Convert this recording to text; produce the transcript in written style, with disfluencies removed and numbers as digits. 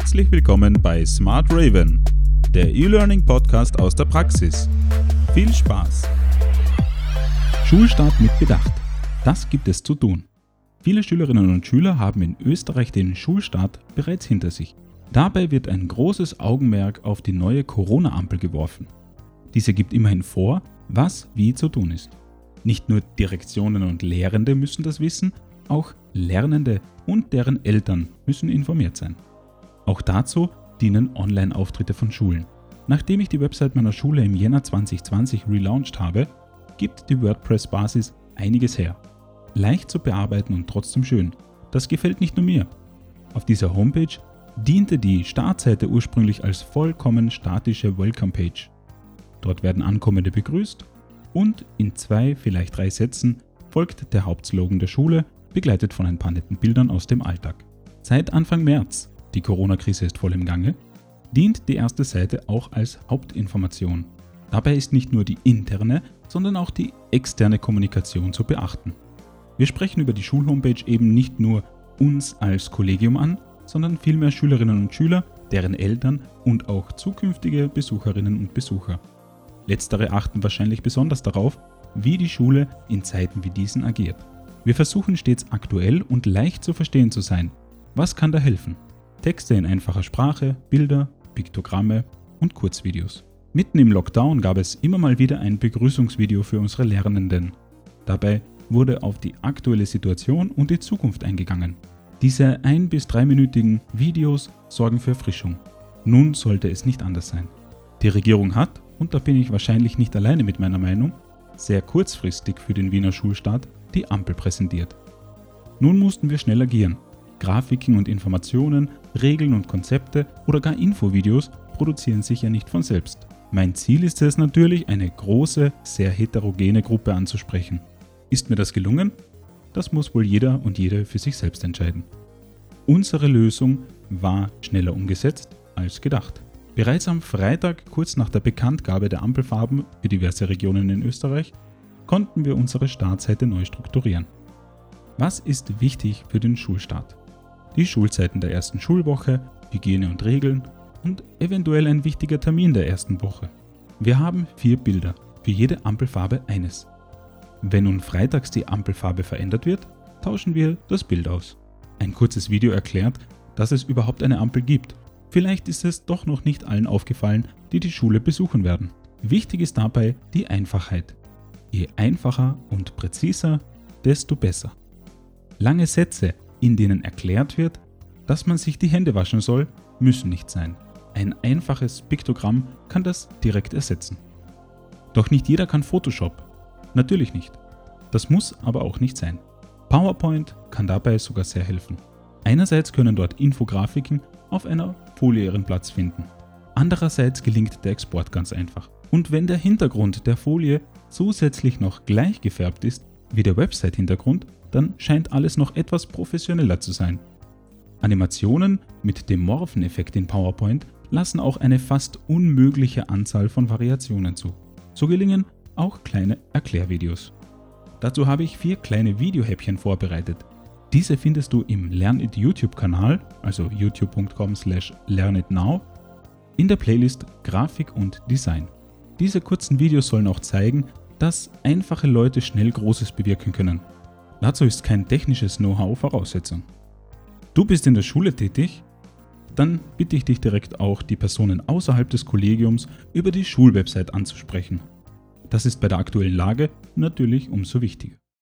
Herzlich willkommen bei Smart Raven, der E-Learning-Podcast aus der Praxis. Viel Spaß! Schulstart mit Bedacht. Das gibt es zu tun. Viele Schülerinnen und Schüler haben in Österreich den Schulstart bereits hinter sich. Dabei wird ein großes Augenmerk auf die neue Corona-Ampel geworfen. Diese gibt immerhin vor, was wie zu tun ist. Nicht nur Direktionen und Lehrende müssen das wissen, auch Lernende und deren Eltern müssen informiert sein. Auch dazu dienen Online-Auftritte von Schulen. Nachdem ich die Website meiner Schule im Jänner 2020 relaunched habe, gibt die WordPress-Basis einiges her. Leicht zu bearbeiten und trotzdem schön. Das gefällt nicht nur mir. Auf dieser Homepage diente die Startseite ursprünglich als vollkommen statische Welcome-Page. Dort werden Ankommende begrüßt und in 2, vielleicht 3 Sätzen folgt der Hauptslogan der Schule, begleitet von ein paar netten Bildern aus dem Alltag. Seit Anfang März, die Corona-Krise ist voll im Gange, dient die erste Seite auch als Hauptinformation. Dabei ist nicht nur die interne, sondern auch die externe Kommunikation zu beachten. Wir sprechen über die Schulhomepage eben nicht nur uns als Kollegium an, sondern vielmehr Schülerinnen und Schüler, deren Eltern und auch zukünftige Besucherinnen und Besucher. Letztere achten wahrscheinlich besonders darauf, wie die Schule in Zeiten wie diesen agiert. Wir versuchen stets aktuell und leicht zu verstehen zu sein. Was kann da helfen? Texte in einfacher Sprache, Bilder, Piktogramme und Kurzvideos. Mitten im Lockdown gab es immer mal wieder ein Begrüßungsvideo für unsere Lernenden. Dabei wurde auf die aktuelle Situation und die Zukunft eingegangen. Diese 1- bis 3-minütigen Videos sorgen für Erfrischung. Nun sollte es nicht anders sein. Die Regierung hat, und da bin ich wahrscheinlich nicht alleine mit meiner Meinung, sehr kurzfristig für den Wiener Schulstart die Ampel präsentiert. Nun mussten wir schnell agieren. Grafiken und Informationen, Regeln und Konzepte oder gar Infovideos produzieren sich ja nicht von selbst. Mein Ziel ist es natürlich, eine große, sehr heterogene Gruppe anzusprechen. Ist mir das gelungen? Das muss wohl jeder und jede für sich selbst entscheiden. Unsere Lösung war schneller umgesetzt als gedacht. Bereits am Freitag, kurz nach der Bekanntgabe der Ampelfarben für diverse Regionen in Österreich, konnten wir unsere Startseite neu strukturieren. Was ist wichtig für den Schulstart? Die Schulzeiten der ersten Schulwoche, Hygiene und Regeln und eventuell ein wichtiger Termin der ersten Woche. Wir haben 4 Bilder, für jede Ampelfarbe eines. Wenn nun freitags die Ampelfarbe verändert wird, tauschen wir das Bild aus. Ein kurzes Video erklärt, dass es überhaupt eine Ampel gibt. Vielleicht ist es doch noch nicht allen aufgefallen, die die Schule besuchen werden. Wichtig ist dabei die Einfachheit. Je einfacher und präziser, desto besser. Lange Sätze, in denen erklärt wird, dass man sich die Hände waschen soll, müssen nicht sein. Ein einfaches Piktogramm kann das direkt ersetzen. Doch nicht jeder kann Photoshop. Natürlich nicht. Das muss aber auch nicht sein. PowerPoint kann dabei sogar sehr helfen. Einerseits können dort Infografiken auf einer Folie ihren Platz finden. Andererseits gelingt der Export ganz einfach. Und wenn der Hintergrund der Folie zusätzlich noch gleich gefärbt ist wie der Website-Hintergrund, dann scheint alles noch etwas professioneller zu sein. Animationen mit dem Morphen-Effekt in PowerPoint lassen auch eine fast unmögliche Anzahl von Variationen zu. So gelingen auch kleine Erklärvideos. Dazu habe ich 4 kleine Videohäppchen vorbereitet. Diese findest du im Lernit YouTube-Kanal, also youtube.com/learnitnow, in der Playlist Grafik und Design. Diese kurzen Videos sollen auch zeigen, dass einfache Leute schnell Großes bewirken können. Dazu ist kein technisches Know-how Voraussetzung. Du bist in der Schule tätig? Dann bitte ich dich direkt auch, die Personen außerhalb des Kollegiums über die Schulwebsite anzusprechen. Das ist bei der aktuellen Lage natürlich umso wichtiger.